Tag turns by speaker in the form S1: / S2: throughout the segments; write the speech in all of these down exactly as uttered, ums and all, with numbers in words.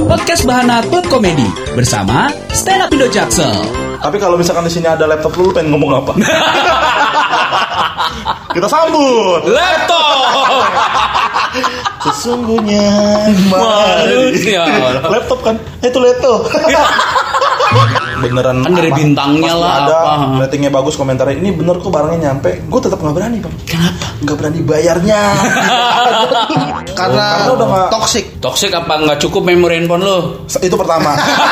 S1: Podcast Bahana Klub Komedi bersama Stand Up Indo Jaksel.
S2: Tapi kalau misalkan di sini ada laptop lu, lu pengen ngomong apa? Kita sambut
S1: Laptop.
S2: Sesungguhnya
S1: Manusia.
S2: laptop kan? Eh, itu laptop. Beneran
S1: Kan dari
S2: apa?
S1: bintangnya
S2: Pasti
S1: lah,
S2: ada
S1: apa.
S2: ratingnya bagus, komentarnya ini bener kok barangnya nyampe. Gue tetap nggak berani, Bang.
S1: Kenapa?
S2: Nggak berani bayarnya.
S3: Karena
S2: Karena udah nggak
S3: toxic.
S1: Toxic apa nggak cukup memori handphone lo?
S2: itu pertama.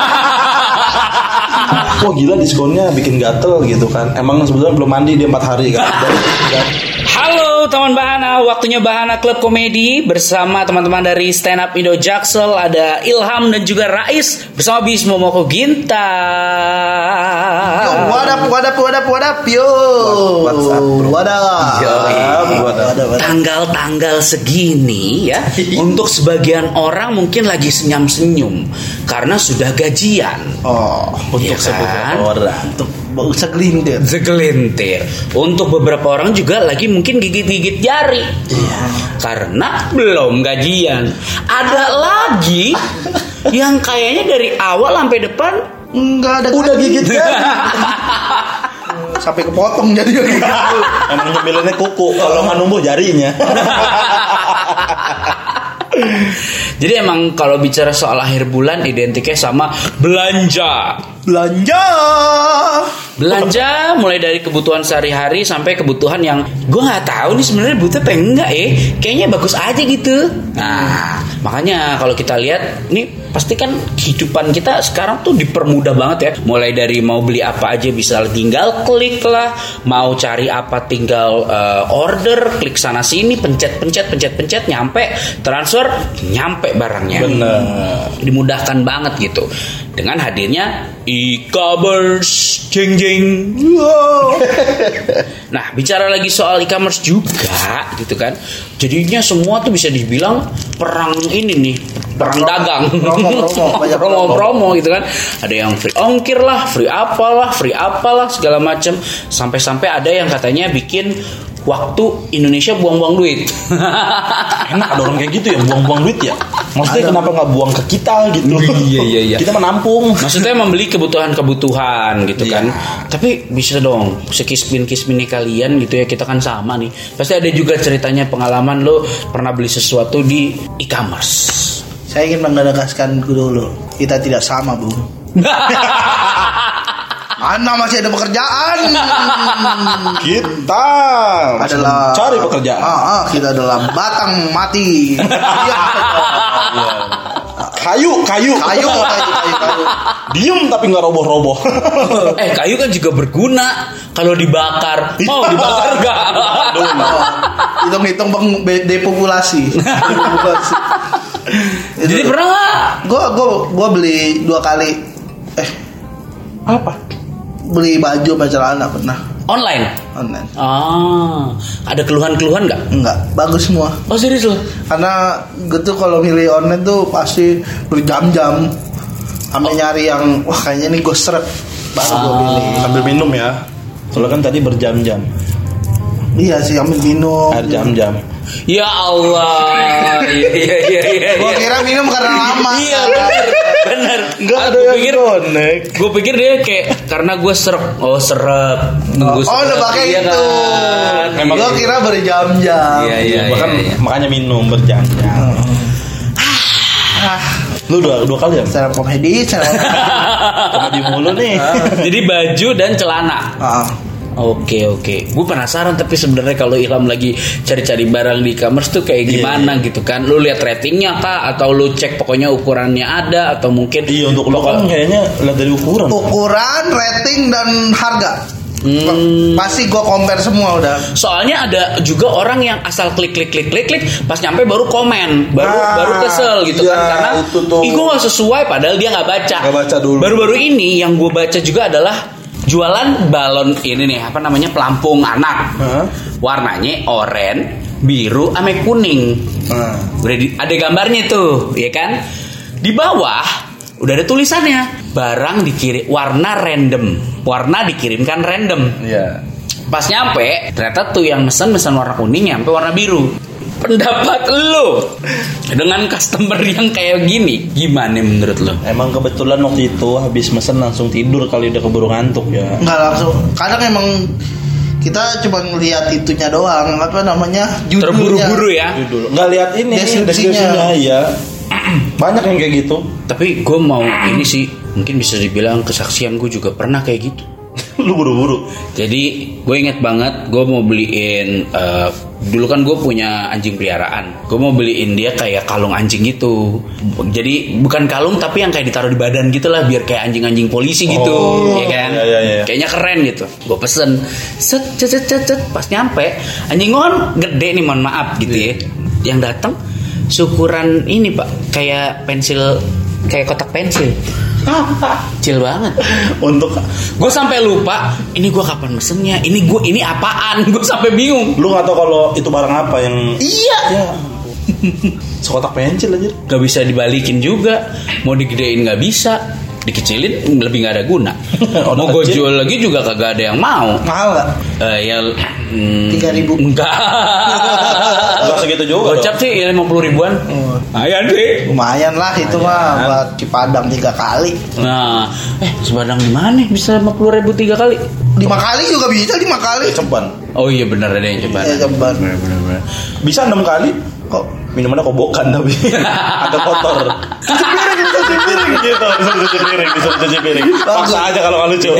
S2: Wah gila diskonnya bikin gatel gitu kan. Emang sebetulnya belum mandi dia empat hari kan. Dan,
S1: Halo teman Bahana, waktunya Bahana Klub Komedi bersama teman-teman dari Stand Up Indo Jaksel. Ada Ilham dan juga Rais bersama Bismo Moko Ginta.
S3: Yo, wadap, wadap, wadap, wadap, yo.
S2: What's up, bro?
S3: Wadap.
S1: Yo,
S3: Wadap, wadap.
S1: Tanggal-tanggal segini ya, untuk sebagian orang mungkin lagi senyum-senyum karena sudah gajian.
S3: Oh,
S1: Iya kan?
S2: orang.
S3: untuk bau segelintir.
S1: Segelintir. Untuk beberapa orang juga lagi mungkin gigit-gigit jari.
S3: Iya.
S1: Karena belum gajian. Ada lagi yang kayaknya dari awal sampai depan
S3: Enggak ada.
S2: Udah
S3: gaji.
S2: gigit kan?
S3: Sampai kepotong jadi gitu.
S2: Emang nyemilinnya kuku. Kalau nggak numbuh jarinya.
S1: Jadi emang kalau bicara soal akhir bulan identiknya sama belanja.
S3: Belanja.
S1: Belanja mulai dari kebutuhan sehari-hari sampai kebutuhan yang gue nggak tahu nih sebenarnya butuh apa enggak ya. Kayaknya bagus aja gitu. Nah, makanya kalau kita lihat nih pasti kan kehidupan kita sekarang tuh dipermudah banget ya. Mulai dari mau beli apa aja bisa tinggal klik lah, mau cari apa tinggal uh, order, klik sana sini, pencet-pencet pencet-pencet nyampe, transfer nyampe barangnya.
S2: Bener.
S1: Dimudahkan banget gitu dengan hadirnya e-commerce, jeng jeng. Wow. Nah, bicara lagi soal e-commerce juga gitu kan. Jadinya semua tuh bisa dibilang perang ini nih, perang dagang.
S3: Promo-promo, banyak
S1: Promo-promo gitu kan. Ada yang free ongkir lah, free apalah, free apalah segala macam. Sampai-sampai ada yang katanya bikin waktu Indonesia buang-buang duit.
S2: Enak ada orang kayak gitu ya, buang-buang duit ya. Maksudnya
S3: Ada.
S2: kenapa nggak buang ke kita gitu?
S1: Iya, iya, iya.
S2: Kita menampung.
S1: Maksudnya membeli kebutuhan-kebutuhan gitu
S2: Iya.
S1: kan. Tapi bisa dong sekispin-kispinnya kalian gitu ya. Kita kan sama nih. Pasti ada juga ceritanya pengalaman lo pernah beli sesuatu di e-commerce.
S3: Saya ingin menegaskan dulu, kita tidak sama, Bu. Anda masih ada pekerjaan.
S2: Kita
S3: Adalah
S2: cari pekerjaan.
S3: Ah, ah, kita adalah batang mati. Iya.
S2: Kayu, kayu,
S3: Kayu, kayu, kayu, kayu.
S2: Diem tapi nggak roboh-roboh.
S1: Eh kayu kan juga berguna kalau dibakar. Mau dibakar gak?
S3: Oh, hitung-hitung bang be- depopulasi. Depopulasi.
S1: Jadi pernah gak?
S3: Gue gue gue beli dua kali. Eh,
S2: Apa?
S3: beli baju sama celana pernah
S1: Online?
S3: online.
S1: Ah, ada keluhan-keluhan gak?
S3: Enggak, bagus semua.
S1: Oh serius lo?
S3: Karena gue tuh kalau milih online tuh pasti berjam-jam sampai nyari yang wah kayaknya nih gue seret baru gue pilih.
S2: Sambil minum ya. Soalnya kan tadi berjam-jam.
S3: Iya sih, ambil minum.
S2: Air jam-jam.
S1: Ya Allah. Iya iya iya iya.
S3: Gue kira minum karena lama.
S1: Iya bener bener.
S2: Nggak
S1: Ah,
S2: ada
S1: gua
S2: yang
S1: pikir,
S2: connect.
S1: gue pikir dia kayak karena gue serep. Oh serep. Nunggu
S3: Oh, udah pakai
S1: Iya
S3: itu.
S1: kan?
S2: Memang-
S3: Gue kira berjam-jam.
S1: Iya iya.
S2: Bahkan
S1: iya, iya.
S2: makanya minum berjam-jam.
S3: Ah,
S2: Lu dua dua kali ya?
S3: stand up comedy, stand up.
S2: Komedi mulu nih.
S1: Jadi baju dan celana.
S3: Ah,
S1: Oke oke, gue penasaran tapi sebenarnya kalau Ilham lagi cari-cari barang di e-commerce tuh kayak gimana gitu kan? Lu lihat ratingnya kah? Atau lu cek pokoknya ukurannya ada? Atau mungkin
S2: Iya untuk lo kan kayaknya lihat dari ukuran.
S3: ukuran, rating dan harga.
S1: Hmm.
S3: Pasti gue compare semua udah.
S1: Soalnya ada juga orang yang asal klik klik klik klik klik pas nyampe baru komen, baru
S2: Ah,
S1: baru kesel gitu
S2: iya,
S1: kan karena
S2: itu tuh.
S1: ih gue nggak sesuai padahal dia nggak baca.
S2: Nggak baca dulu.
S1: Baru-baru ini yang gue baca juga adalah jualan balon ini nih apa namanya pelampung anak.
S2: Hah?
S1: Warnanya oranye, biru, ame kuning.
S2: Nah.
S1: Udah di, ada gambarnya tuh, ya kan? Di bawah udah ada tulisannya barang dikirim warna random, warna dikirimkan random.
S2: Iya.
S1: Pas nyampe ternyata tuh yang mesen mesen warna kuning nyampe warna biru. pendapat lo dengan customer yang kayak gini gimana menurut lo?
S2: Emang kebetulan waktu itu habis mesen langsung tidur kali udah keburu ngantuk ya.
S3: Nggak langsung. Kadang emang kita cuma ngelihat itunya doang, apa namanya, judulnya.
S1: Terburu-buru ya.
S2: Judul. Nggak lihat ini
S3: deskripsinya.
S2: ya. Banyak yang kayak gitu.
S1: Tapi gue mau ini sih, mungkin bisa dibilang kesaksian gue juga pernah kayak gitu.
S2: Lu buru-buru.
S1: Jadi gue inget banget gue mau beliin uh, dulu kan gue punya anjing peliharaan. Gue mau beliin dia kayak kalung anjing gitu. Jadi bukan kalung tapi yang kayak ditaruh di badan gitu lah, biar kayak anjing-anjing polisi gitu,
S2: oh,
S1: ya kan?
S2: Iya, iya, iya.
S1: Kayaknya keren gitu. Gue pesen, set, set, set, set, set. Pas nyampe anjing gue kan gede nih, mohon maaf gitu ya. Yang datang syukuran ini pak, kayak pensil, kayak kotak pensil. Kecil banget.
S2: Untuk
S1: gue sampai lupa ini gue kapan mesennya, ini gue ini apaan, gue sampai bingung.
S2: lu nggak tahu kalau itu barang apa yang
S1: Iya.
S2: ya. Sekotak pensil aja.
S1: Gak bisa dibalikin juga, mau digedein nggak bisa, dikecilin lebih nggak ada guna. Mau gue jual lagi juga kagak ada yang mau.
S3: Mahal nggak?
S1: Uh, ya
S3: Tiga ribu.
S1: Enggak.
S2: Enggak segitu juga.
S1: Gocap sih ya lima puluh ribuan.
S3: Oh.
S1: Lumayan sih.
S3: Lumayan lah itu mah buat Cipadang tiga kali.
S1: Nah, eh Cipadang di mana bisa lima puluh ribu tiga kali?
S3: Lima kali juga bisa, lima kali.
S2: Ceban.
S1: Oh iya benar, ada yang Cipadang.
S3: Iya, Ceban.
S1: Benar benar benar.
S2: Bisa enam kali. Kok minumannya kobokan tapi agak kotor. Cuci piring, cuci piring gitu. Bisa cuci piring, bisa cuci piring. Paksa aja kalau nggak lucu.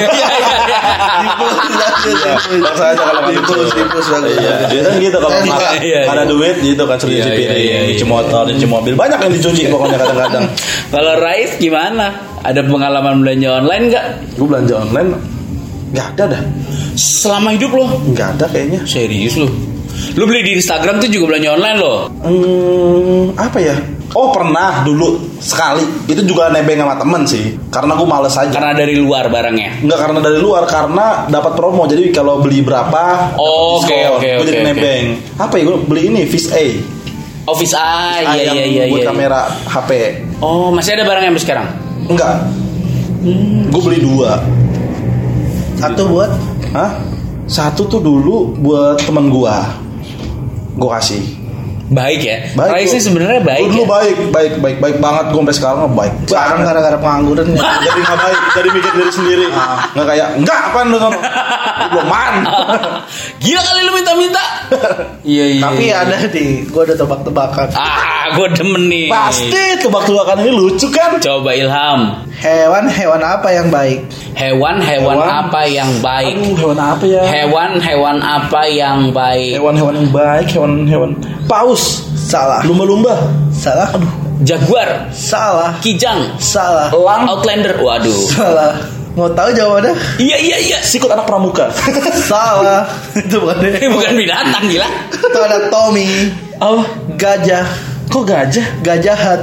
S2: Paksa aja kalau nggak lucu.
S3: Tipus bagus.
S2: Iya, dia kan gitu kalau nggak ada duit gitu kan suruh cuci piring, cuci motor, cuci mobil. Banyak yang dicuci pokoknya kadang-kadang.
S1: Kalau Rais gimana? Ada pengalaman belanja online nggak?
S2: Gue belanja online nggak ada dah.
S1: Selama hidup lo?
S2: Nggak ada kayaknya.
S1: Serius lo? Lu beli di Instagram tuh juga belanja online lo?
S2: Hmm, apa ya? Oh pernah dulu sekali. Itu juga nebeng sama temen sih. Karena gue males aja.
S1: Karena dari luar barangnya?
S2: Enggak karena dari luar, karena dapat promo. Jadi kalau beli berapa,
S1: oh, oke oke
S2: gue jadi
S1: oke.
S2: nebeng. Apa ya? Gue beli ini Fish Eye.
S1: Office A, iya iya iya.
S2: Buat
S1: iya.
S2: kamera H P.
S1: Oh masih ada barangnya sampai sekarang?
S2: Enggak. Hmm. Gue beli dua.
S3: Satu buat?
S2: Hah? Satu tuh dulu buat temen gue. Gue kasih.
S1: Baik ya.
S2: Baik,
S1: Raisnya sebenarnya baik.
S2: Gue dulu
S1: ya?
S2: baik, baik, baik, baik banget. Gue sampai sekarang nggak baik.
S3: Sekarang gara-gara pengangguran ya.
S2: Jadi nggak baik, jadi mikir diri sendiri. Nggak kayak enggak apaan lu sama belum man.
S1: Gila kali lu minta-minta. Iya iya.
S3: Tapi
S1: iya.
S3: ada nih, gue ada tebak-tebakan.
S1: Ah, gue demen nih.
S2: Pasti tebak-tebakan ini lucu kan?
S1: Coba Ilham.
S3: Hewan-hewan apa yang baik?
S1: Hewan-hewan
S2: Hewan.
S1: apa yang baik?
S2: Aduh, hewan apa ya?
S1: Hewan-hewan apa yang baik?
S2: Hewan-hewan yang baik, hewan-hewan paus,
S3: Salah.
S2: lumba-lumba,
S3: Salah. Aduh.
S1: Jaguar,
S3: Salah.
S1: kijang,
S3: Salah.
S2: elang,
S1: Outlander. Waduh.
S3: Salah. Mau tahu jawabannya?
S1: Iya iya iya.
S2: sikut anak pramuka.
S3: Salah. Itu bukan deh.
S1: Eh, bukan binatang gila.
S3: Itu ada Tommy.
S2: Oh,
S3: Gajah.
S2: kok gajah?
S3: Gajahat.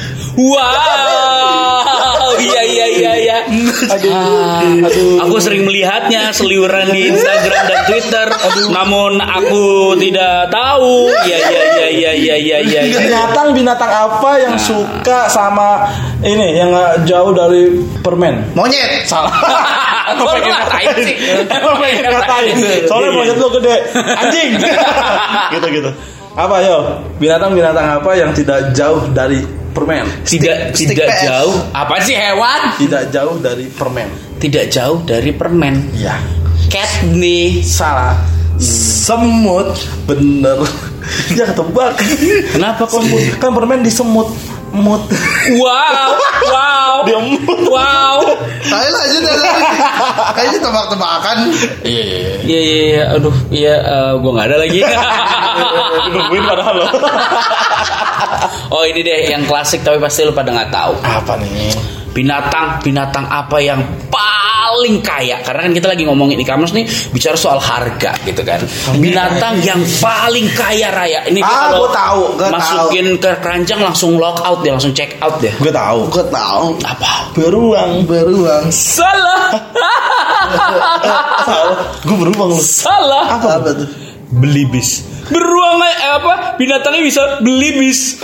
S1: Wow, iya iya iya iya.
S2: Aduh,
S1: Ah,
S2: aduh.
S1: aku sering melihatnya seliweran di Instagram dan Twitter. Namun aku tidak tahu. Iya iya iya iya iya iya iya. iya.
S2: Binatang binatang apa yang suka sama ini yang nggak jauh dari permen?
S3: Monyet.
S2: Salah.
S1: Kok lu ngatain sih?
S2: Emang pengen ngatain. Soalnya monyet lu gede. Anjing. Gitu gitu. Apa yo? Binatang-binatang apa yang tidak jauh dari permen?
S1: Tidak
S3: Stick
S1: tidak
S3: P S.
S1: jauh. Apa sih hewan?
S2: Tidak jauh dari permen.
S1: Tidak jauh dari permen.
S2: Iya.
S1: Cat nih.
S2: Salah.
S3: Semut.
S2: Bener. Ya ketebak.
S1: Kenapa kok?
S2: Kan permen disemut. Mut.
S1: Wow, wow,
S2: Dia mut.
S1: wow.
S3: Saya lanjut ya. Kayaknya tebak-tebakan.
S1: Iya iya iya. Iya iya iya. Aduh, iya uh, gue nggak ada lagi.
S2: Nungguin padahal lo.
S1: Oh ini deh yang klasik tapi pasti lu pada nggak tahu.
S2: Apa nih?
S1: Binatang binatang apa yang paling kaya? Karena kan kita lagi ngomongin e-commerce nih, bicara soal harga gitu kan. Binatang yang paling kaya raya. Ini
S2: Ah,
S1: kalau
S2: gua tahu, gua
S1: masukin ke keranjang langsung lock out dia, langsung check out deh.
S2: Gue tahu.
S3: Gue tahu.
S1: Apa?
S2: Beruang.
S3: Beruang.
S1: Salah.
S2: Salah. Gue beruang lu.
S1: Salah.
S3: Apa, apa tuh?
S1: Belibis. Beruang eh, apa? Binatangnya bisa belibis.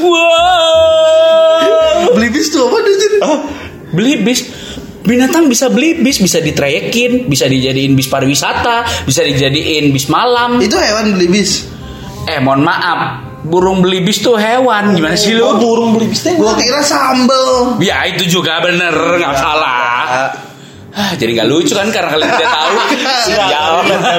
S1: Wow.
S3: Belibis tuh apa tuh?
S2: Ah,
S1: Belibis. Binatang bisa belibis, bisa ditrekin, bisa dijadiin bis pariwisata, bisa dijadiin bis malam.
S3: Itu hewan belibis.
S1: Eh, mohon maaf. burung belibis tuh hewan. Gimana sih lu?
S2: Oh, burung belibis teh.
S3: Gua kira sambel.
S1: Ya itu juga bener, nggak salah. Ah, jadi nggak lucu kan karena kalian tidak tahu. Sial.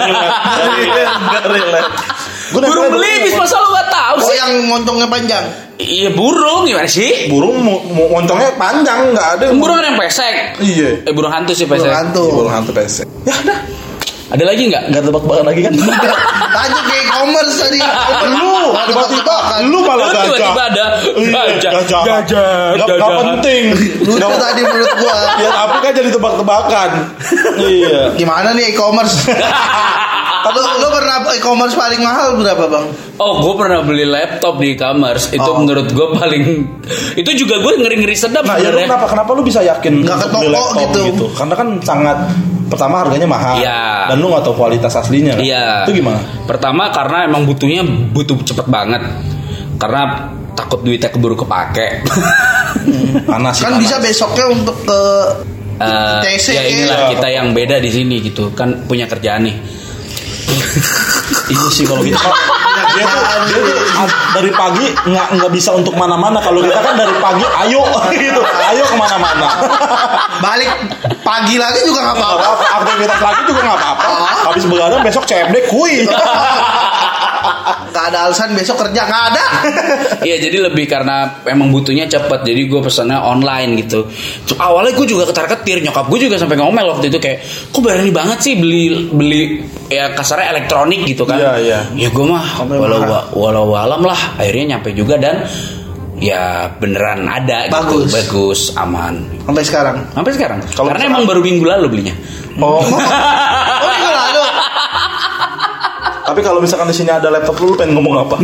S1: Burung belibis masa lu nggak tahu
S3: Oh
S1: sih?
S3: yang moncongnya panjang.
S1: Iya burung gimana sih?
S2: Burung mo- mo- moncongnya panjang, nggak ada.
S1: Burung yang pesek.
S2: Iya.
S1: Eh burung hantu sih pesek.
S3: Burung hantu.
S2: Iya, burung hantu pesek. Ya udah.
S1: Ada lagi nggak?
S2: Nggak tebak-tebakan lagi kan?
S3: Lanjut ke e-commerce tadi.
S2: Lu tiba-tiba lu malah gajah.
S1: Tiba-tiba ada
S2: Iya,
S1: gajah.
S2: gajah.
S1: Gajah.
S2: Nggak nggak penting.
S3: Lucu
S2: Nggak-
S3: tadi menurut gua.
S2: Ya tapi kan jadi tebak-tebakan. Iya.
S3: Gimana nih e-commerce? Kalau lu pernah e-commerce paling mahal berapa, Bang?
S1: Oh, gue pernah beli laptop di e-commerce. Itu
S3: Oh.
S1: menurut gue paling. Itu juga gue ngeri-ngeri sedap
S2: Nah, ya lu
S1: sebenarnya.
S2: kenapa kenapa lu bisa yakin
S3: Nggak ke
S2: untuk beli
S3: toko
S2: laptop
S3: gitu.
S2: Karena kan sangat pertama harganya mahal.
S1: Iya.
S2: Dan lu nggak tahu kualitas aslinya. Kan?
S1: Iya.
S2: Itu gimana?
S1: Pertama karena emang butuhnya butuh cepet banget. Karena takut duitnya keburu kepake.
S2: Panas sih,
S3: Kan
S2: panas.
S3: bisa besoknya untuk ke
S1: Eh,
S3: T C
S1: ya inilah
S2: ya.
S1: kita yang beda di sini gitu kan punya kerjaan nih.
S2: Iya sih kalau gitu. Dia tuh, dia tuh dari pagi nggak nggak bisa untuk mana-mana. Kalau kita kan dari pagi ayo gitu, ayo kemana-mana.
S3: balik pagi lagi juga nggak
S2: Nggak
S3: apa-apa.
S2: apa-apa, aktivitas lagi juga nggak apa-apa. Habis begadang besok C F D kuy.
S3: Gak ada alasan besok kerja nggak ada.
S1: Iya jadi lebih karena emang butuhnya cepet. Jadi gue pesannya online gitu. Terus awalnya gue juga ketar-ketir. Nyokap gue juga sampai ngomel waktu itu kayak, kok berani banget sih beli beli ya kasarnya elektronik gitu kan.
S2: Iya, iya.
S1: Ya gue mah walau walau alam lah. Akhirnya nyampe juga dan ya beneran ada gitu.
S3: Bagus.
S1: Bagus, aman.
S3: Sampai sekarang.
S1: Sampai sekarang.
S2: Kalau
S1: Karena
S2: misalkan-
S1: emang baru minggu lalu belinya.
S2: Oh.
S3: Oh minggu lalu.
S2: Tapi kalau misalkan di sini ada laptop lu, lu pengen ngomong apa?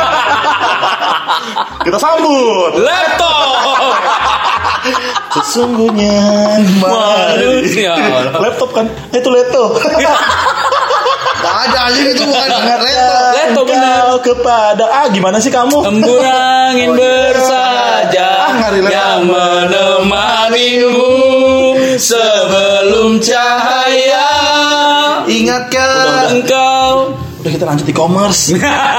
S2: Kita sambut.
S1: Laptop.
S2: Sesungguhnya
S1: Manusia.
S2: laptop kan itu laptop.
S3: Gak ada aja itu bukan laptop.
S1: Laptop bener.
S2: Kau kepada ah gimana sih kamu?
S1: Embun angin bersaja
S3: Ah, ngari laptop.
S1: yang menemanimu sebelum cahaya
S3: Ingatkah
S1: engkau.
S2: Udah kita lanjut e-commerce.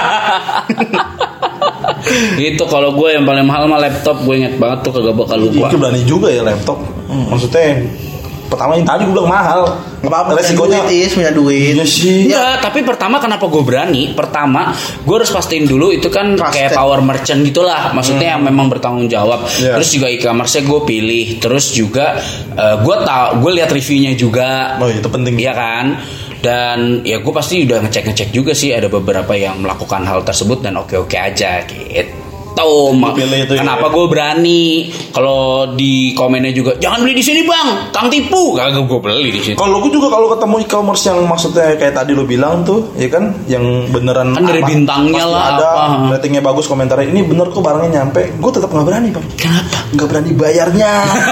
S1: Itu kalau gue yang paling mahal mah laptop. Gue inget banget tuh kagak bakal lupa.
S2: Itu berani juga ya laptop. Maksudnya pertama yang tadi gue bilang mahal.
S3: Gak apa-apa,
S2: Resikonya
S3: punya duit, Is, punya duit.
S2: Iya sih.
S1: Enggak, tapi pertama kenapa gue berani? Pertama, gue harus pastiin dulu itu kan
S3: Trusted.
S1: kayak power merchant gitulah. Maksudnya yang memang bertanggung jawab.
S2: Yeah.
S1: Terus juga e-commerce-nya gue pilih. Terus juga uh, gue tahu, gue lihat reviewnya juga.
S2: Oh, itu penting.
S1: Iya kan? Dan ya gue pasti udah ngecek-ngecek juga sih. Ada beberapa yang melakukan hal tersebut dan oke-oke aja gitu. Ma-
S2: Pilih itu
S1: kenapa
S2: ya.
S1: gue berani? Kalau di komennya juga jangan beli di sini bang, kang tipu. Kagak gue beli di sini.
S2: Kalau gue juga kalau ketemu e-commerce yang maksudnya kayak tadi lo bilang tuh, ya kan, yang beneran
S1: Kan dari
S2: apa,
S1: bintangnya
S2: pasti
S1: lah,
S2: ada
S1: apa.
S2: ratingnya bagus, komentarnya ini bener kok barangnya nyampe, gue tetap nggak berani bang.
S1: Kenapa?
S2: Nggak berani bayarnya.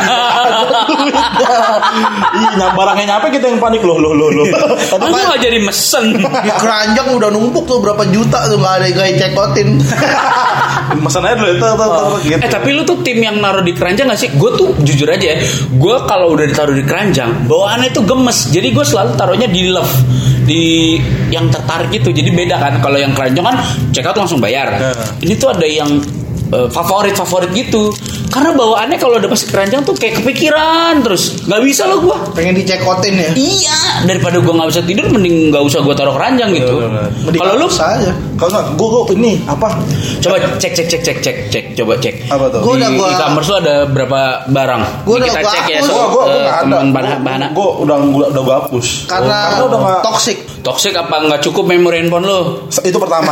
S2: Ih, nyam barangnya nyampe kita yang panik loh loh loh loh.
S1: Kan gue gak jadi mesen.
S3: Di keranjang udah numpuk tuh berapa juta tuh, gak ada yang kayak cekotin.
S2: Pesan aja dulu itu, itu, itu, gitu.
S1: Eh tapi lu tuh tim yang naruh di keranjang gak sih? Gue tuh jujur aja ya, gue kalau udah ditaruh di keranjang bawaannya itu gemes. Jadi gue selalu taruhnya di love, di yang tertarik gitu. Jadi beda kan, kalau yang keranjang kan check out langsung bayar.
S2: Hmm.
S1: Ini tuh ada yang uh, favorit-favorit gitu. Karena bawaannya kalau udah pas keranjang tuh kayak kepikiran terus. Gak bisa loh gue.
S3: Pengen dicekotin ya.
S1: Iya, daripada gue nggak bisa tidur, mending nggak usah gue taruh keranjang gitu.
S3: Mending
S1: Kalau lu,
S3: hapus aja.
S2: Kalau nggak, gue gue ini apa?
S1: coba cek cek cek cek cek cek, coba cek.
S2: Apa tuh?
S3: Gua
S1: Di
S3: udah gua-
S1: e-commerce tuh ada berapa barang?
S3: Gua
S1: Ini
S3: udah
S1: kita
S3: gua
S1: cek ya
S3: hapus.
S1: soal
S2: Gue gue gue nggak ada.
S1: teman bahan bahan
S2: Gue udah udah udah gue hapus.
S3: Karena
S2: Karena udah nggak.
S3: toxic.
S1: toxic apa nggak cukup memori handphone lu?
S2: Itu pertama.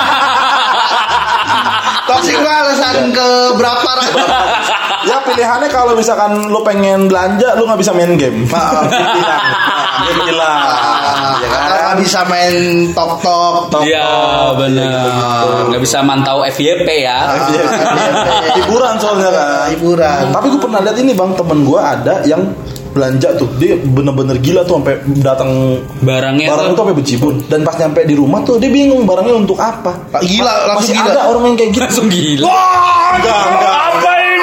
S3: Toxic mah alasan ke berapa?
S2: Ya pilihannya kalau misalkan lu pengen belanja, lu nggak bisa main game.
S3: Maaf.
S2: Hilang. Game hilang. Ya kan?
S3: Nggak bisa main tok tok.
S2: Tok,
S1: Iya
S2: tok,
S1: benar. Nggak bisa mantau F Y P ya.
S2: Hiburan soalnya kan.
S3: Hiburan.
S2: Tapi gue pernah lihat ini bang, temen gue ada yang belanja tuh, dia bener-bener gila tuh sampai datang
S1: Barangnya
S2: barang
S1: tuh-
S2: itu sampai berjibun, dan pas nyampe di rumah tuh dia bingung barangnya untuk apa.
S3: Gila, langsung
S2: Masih
S3: gila.
S2: ada orang yang kayak gitu.
S1: Langsung gila.
S2: Wah, enggak, enggak.
S1: Apa ini?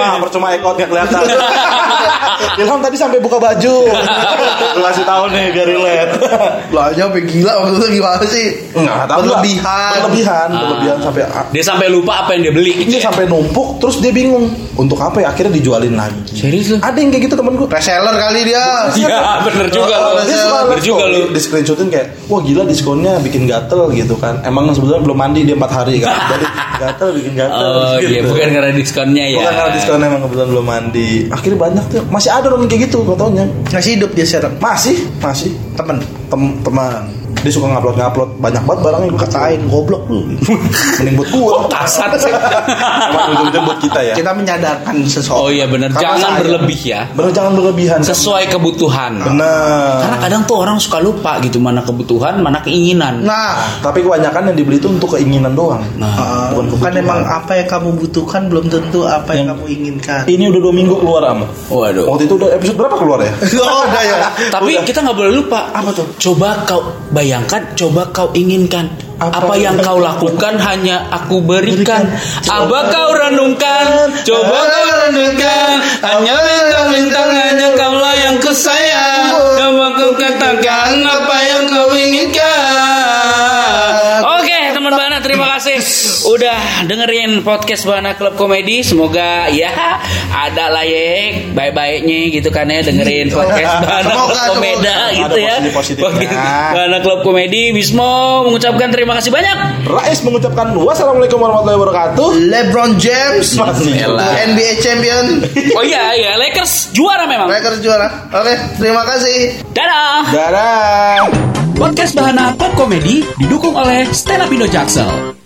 S2: Percuma, percuma ekot nggak kelihatan. Ilham tadi sampai buka baju. Lu kasih tahu nih biar relate.
S3: Belanja sampai gila waktu itu gimana sih?
S2: Enggak tahu.
S3: Berlebihan.
S2: Berlebihan, berlebihan sampai
S1: Dia sampai lupa apa yang dia beli.
S2: dia sampai numpuk, terus dia bingung untuk apa ya, akhirnya dijualin lagi.
S1: Serius lu?
S2: Ada yang kayak gitu temen gue.
S3: Reseller kali dia.
S1: Iya, bener juga
S3: Oh,
S1: lu.
S3: dia suka
S1: Bener juga lu.
S2: Di screenshotin kayak, wah gila diskonnya bikin gatel gitu kan. Emang sebetulnya belum mandi dia empat hari kan. Jadi gatel bikin gatel.
S1: Oh
S2: gitu.
S1: iya, bukan karena diskonnya ya.
S2: Bukan karena diskonnya, emang kebetulan belum mandi. Akhirnya banyak tuh. Masih ada orang kayak gitu fotonya.
S3: Masih hidup dia sekarang.
S2: Masih, masih.
S3: Temen.
S2: Tem teman. Dia suka ngupload-ngupload banyak banget barangnya, gue
S3: Katain goblok lu.
S2: mending buat gue.
S1: Kok kasar sih?
S2: Emang ujung-ujungnya buat kita ya.
S3: Kita menyadarkan seseorang.
S1: Oh iya benar,
S3: Karena
S1: jangan
S3: sayang.
S1: berlebih ya.
S2: Bener, jangan berlebihan.
S1: Sesuai kebutuhan.
S2: Bener.
S1: Karena kadang tuh orang suka lupa gitu, mana kebutuhan, mana keinginan.
S3: Nah,
S2: Tapi kebanyakan yang dibeli itu untuk keinginan doang.
S1: Nah,
S3: uh,
S2: bukan
S3: bukan
S2: kebutuhan.
S3: emang apa yang kamu butuhkan belum tentu apa yang,
S2: Yang-
S3: kamu inginkan.
S2: Ini udah dua minggu keluar Am.
S1: waduh.
S2: Waktu itu udah episode berapa keluar ya?
S3: Oh, udah ya.
S1: Tapi
S2: Udah.
S1: kita nggak boleh lupa.
S2: Apa tuh?
S1: Coba kau bayangkan, coba kau inginkan. Apa,
S2: Apa
S1: yang
S2: yang
S1: kau
S2: kau
S1: lakukan hanya aku berikan.
S2: Berikan.
S1: Apa kau renungkan? Coba kau renungkan. Hanya bintang-bintang, hanya kaulah yang kusayang. Coba kau katakan apa yang kau inginkan. Oke, teman Bana, terima kasih udah dengerin podcast Bana Club Komedi. Semoga ya ada lah ya baik-baiknya gitu kan ya dengerin podcast Bana Club
S3: Semoga,
S1: Komedi
S2: semoga.
S1: gitu
S2: Ada
S1: ya.
S2: positif-positifnya.
S1: Podcast Bana Club Komedi. Bismo mengucapkan terima kasih banyak.
S2: Rais mengucapkan wassalamualaikum warahmatullahi wabarakatuh.
S3: LeBron James
S2: Masih.
S3: N B A champion.
S1: Oh iya iya, Lakers juara memang.
S3: Lakers juara. Oke, terima kasih.
S1: Dadah.
S2: Dadah.
S1: Podcast Bahana Pop Komedi didukung oleh Stand Up Indo Jaksel.